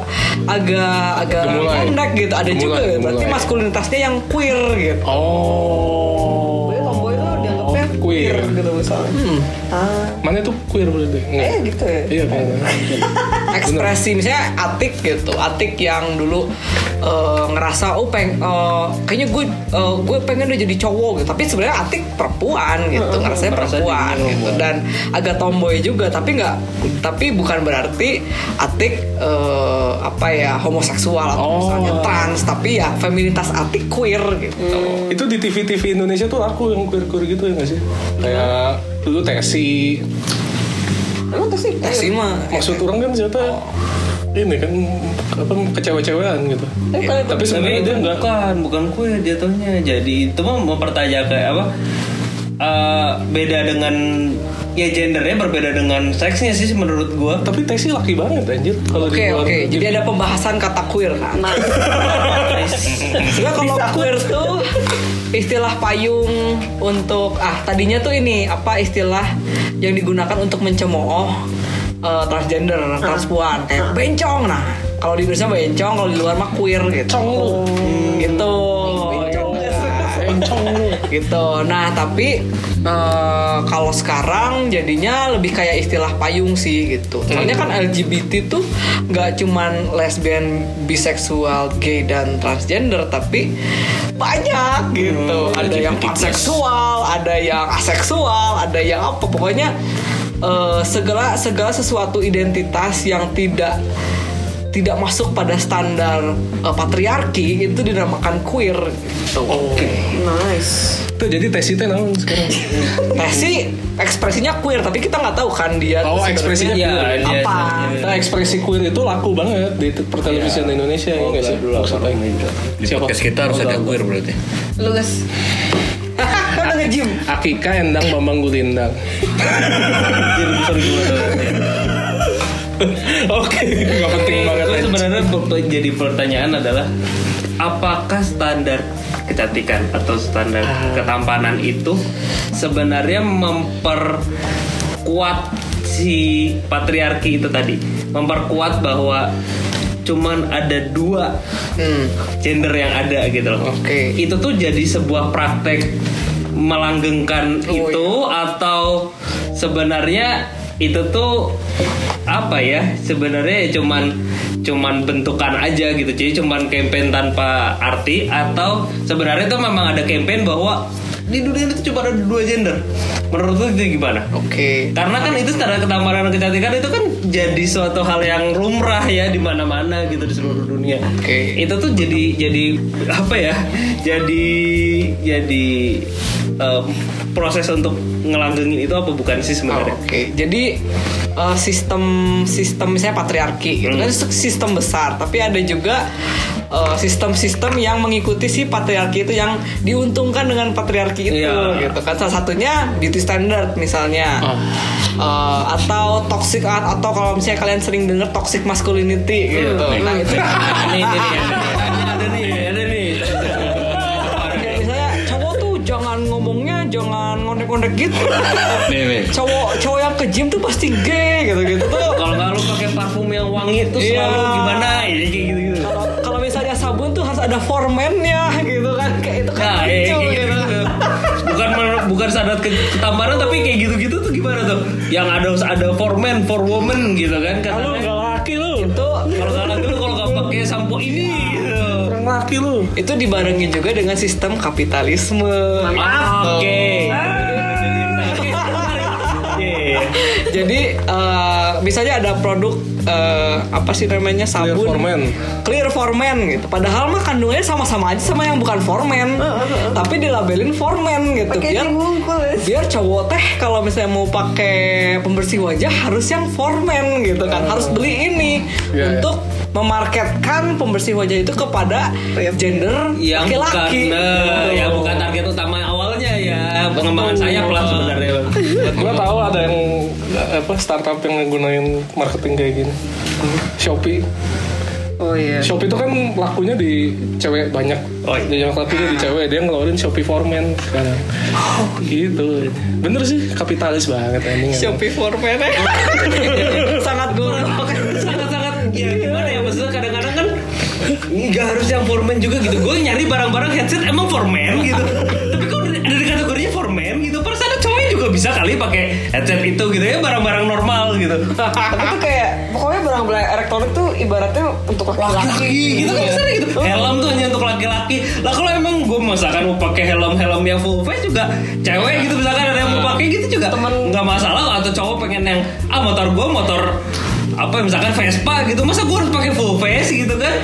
pendek gitu. Ada juga gitu. Berarti maskulinitasnya yang queer gitu. Pokoknya tomboy itu dianggapnya queer gitu misalnya. Mana itu queer berarti? Gitu ya. Iya kayaknya. Ekspresi misalnya Atik yang dulu ngerasa kayaknya gue pengen udah jadi cowok gitu, tapi sebenarnya Atik perempuan gitu, ngerasanya perempuan gitu, dan agak tomboy juga, tapi bukan berarti Atik homoseksual atau misalnya trans, tapi ya feminitas Atik queer gitu. Itu di TV Indonesia tuh laku yang queer gitu ya nggak sih? Kayak dulu Tesi. Emang tuh sih. Tesi mah Maksud orang kan ternyata ini kan kecewa-cewaan gitu. Tapi sebenarnya dia enggak. Bukan queer jatuhnya. Jadi itu mah mempertajam kayak apa? Beda dengan ya gendernya berbeda dengan seksnya sih menurut gua. Tapi Tesi laki banget anjir. Kalau Oke. Jadi ada pembahasan kata queer kan. Sebenarnya kalau queer tuh istilah payung untuk tadinya tuh ini istilah yang digunakan untuk mencemooh transgender, transpuan kayak bencong. Nah, kalau di Indonesia bencong, kalau di luar mah queer gitu. Gitu. Bencong lu. Gitu. Nah, tapi kalau sekarang jadinya lebih kayak istilah payung sih gitu. Soalnya kan LGBT tuh nggak cuman lesbian, biseksual, gay dan transgender, tapi banyak gitu. Ada yang panseksual, ada yang aseksual, ada yang apa. Pokoknya segala sesuatu identitas yang tidak masuk pada standar patriarki itu dinamakan queer gitu. Oke. Nice. Tuh jadi Tesi teh naon sekarang? Tesi ekspresinya queer, tapi kita nggak tahu kan dia tuh ekspresinya sebenarnya queer. apa. Nah, ekspresi queer itu laku banget di pertelevisian Indonesia ya nggak sih? Maksudnya Di podcast kita harus ada queer berarti. Lu guys. Udah nge-gym. Akika Endang Bambang Gulindang. Oke, nggak penting banget. Itu sebenarnya jadi pertanyaan adalah apakah standar kecantikan atau standar ketampanan itu sebenarnya memperkuat si patriarki itu tadi, memperkuat bahwa cuman ada dua gender yang ada gitu loh. Oke. Itu tuh jadi sebuah praktek melanggengkan atau sebenarnya itu tuh apa ya, sebenarnya cuman bentukan aja gitu, jadi cuman campaign tanpa arti, atau sebenarnya itu memang ada campaign bahwa di dunia itu cuma ada dua gender. Menurut lu itu gimana? Oke. Karena kan itu standar ketampanan dan kecantikan itu kan jadi suatu hal yang lumrah ya di mana-mana gitu di seluruh dunia. Oke. Itu tuh jadi apa ya? Jadi proses untuk ngelanggengin itu apa bukan sih sebenarnya? Oke, jadi sistem misalnya patriarki gitu kan sistem besar, tapi ada juga sistem-sistem yang mengikuti si patriarki itu yang diuntungkan dengan patriarki itu gitu kan. Salah satunya beauty standard misalnya. Atau toxic atau kalau misalnya kalian sering dengar toxic masculinity gitu. Nah, itu ada nih. Kayak misalnya cowok tuh jangan ngomongnya jangan ngondek-ngondek gitu. Cowok yang ke gym tuh pasti gay gitu tuh. Kalau nggak lu pakai parfum yang wangi tuh selalu gimana ya kayak gitu. Kalau misalnya sabun tuh harus ada formennya gitu kan, kayak itu kan lucu gitu. Bukan sadar ketampanan tapi kayak gitu-gitu tuh gimana tuh? Yang ada for men, for woman gitu kan? Kalau nggak laki lu. Itu kalau nggak laki lu kalau nggak pakai sampo ini gitu. Orang laki lu. Itu dibarengin juga dengan sistem kapitalisme. Oke. Jadi misalnya ada produk apa sih namanya sabun Clear for Men gitu. Padahal mah kandungannya sama-sama aja sama yang bukan for men, tapi dilabelin for men gitu. Biar cowok teh kalau misalnya mau pakai pembersih wajah harus yang for men gitu kan, harus beli ini untuk memarketkan pembersih wajah itu kepada gender yang laki-laki. Yang bukan target utama awalnya ya pengembangan sayap lah sebenarnya. Gue tahu ada yang startup yang gunain marketing kayak gini. Shopee. Oh iya. Shopee itu kan lakunya di cewek banyak. Yang lakunya di cewek, dia ngeluarin Shopee for Men sekarang. Gitu. Bener sih, kapitalis banget endingnya. Shopee for Men sangat goblok. Sangat ya gimana ya, maksudnya kadang-kadang kan nggak harus yang for men juga gitu. Gue nyari barang-barang headset emang for men gitu. Tapi kok ada di kategorinya for men gitu. Perasaan cowok juga bisa kali pakai headset itu gitu ya, barang-barang normal gitu. Tapi tuh kayak pokoknya barang-barang elektronik tuh ibaratnya untuk laki-laki gitu kan misalnya gitu. Helm tuh hanya untuk laki-laki. Lah kalau emang gue misalkan mau pakai helm yang full face juga cewek gitu, misalkan ada yang mau pakai gitu juga nggak masalah. Atau cowok pengen yang motor apa misalkan Vespa gitu, masa gue harus pakai full face gitu kan?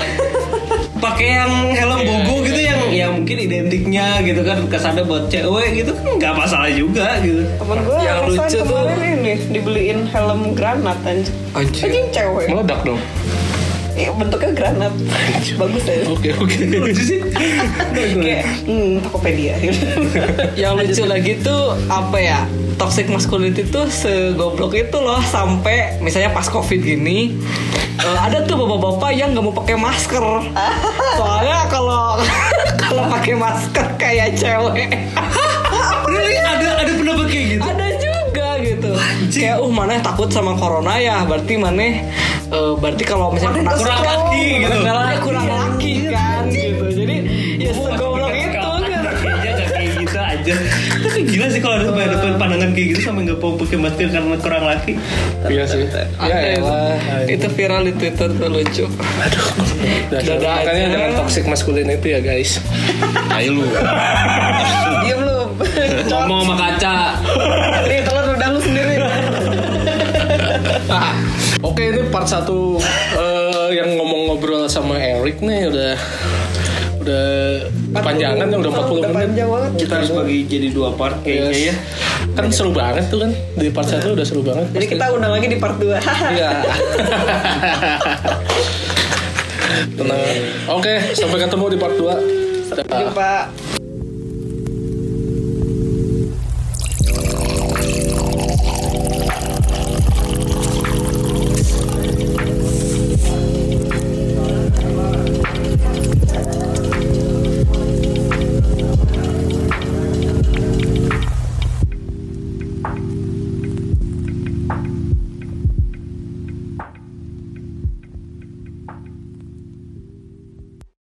Pakai yang helm bogo gitu yang mungkin identiknya gitu kan kesannya buat cewek gitu kan nggak masalah juga gitu. Temen gue yang lucu kemarin ini dibeliin helm granat anjing cewek. Meledak dong. Iya, bentuknya granat. Bagus ya. Oke. Lucu sih. Kayak Tokopedia. Yang lucu lagi tuh apa ya? Toxic masculinity tuh segoblok itu loh, sampai misalnya pas COVID gini ada tuh bapak-bapak yang nggak mau pakai masker. Soalnya kalau pakai masker kayak cewek. Really? Ada pendapat kayak gitu? Ada juga gitu. Kayak mana takut sama corona ya, berarti berarti kalau misalnya kurang laki gitu. Kurang laki kan gitu. Jadi ya segoblok itu kan. Kayak gitu aja. Tapi gila sih kalau ada pandangan kayak gitu sampai nggak mau pakai masker karena kurang laki. Iya sih. Itu viral di Twitter tuh lucu. Aduh. Makanya jangan toxic masculinity ya guys. Ayo lu. Diam lu. Ngomong sama kaca. Nih telur udah lu sendiri. Oke, ini part 1 yang ngobrol sama Eric nih udah panjangan ya, udah 40 menit. Panjang banget. Kita harus bagi jadi 2 part kayaknya ya. Kan seru banget tuh kan. Di part 1 udah seru banget. Jadi kita undang lagi di part 2. Iya. Tenang. Oke, sampai ketemu di part 2. Sampai jumpa.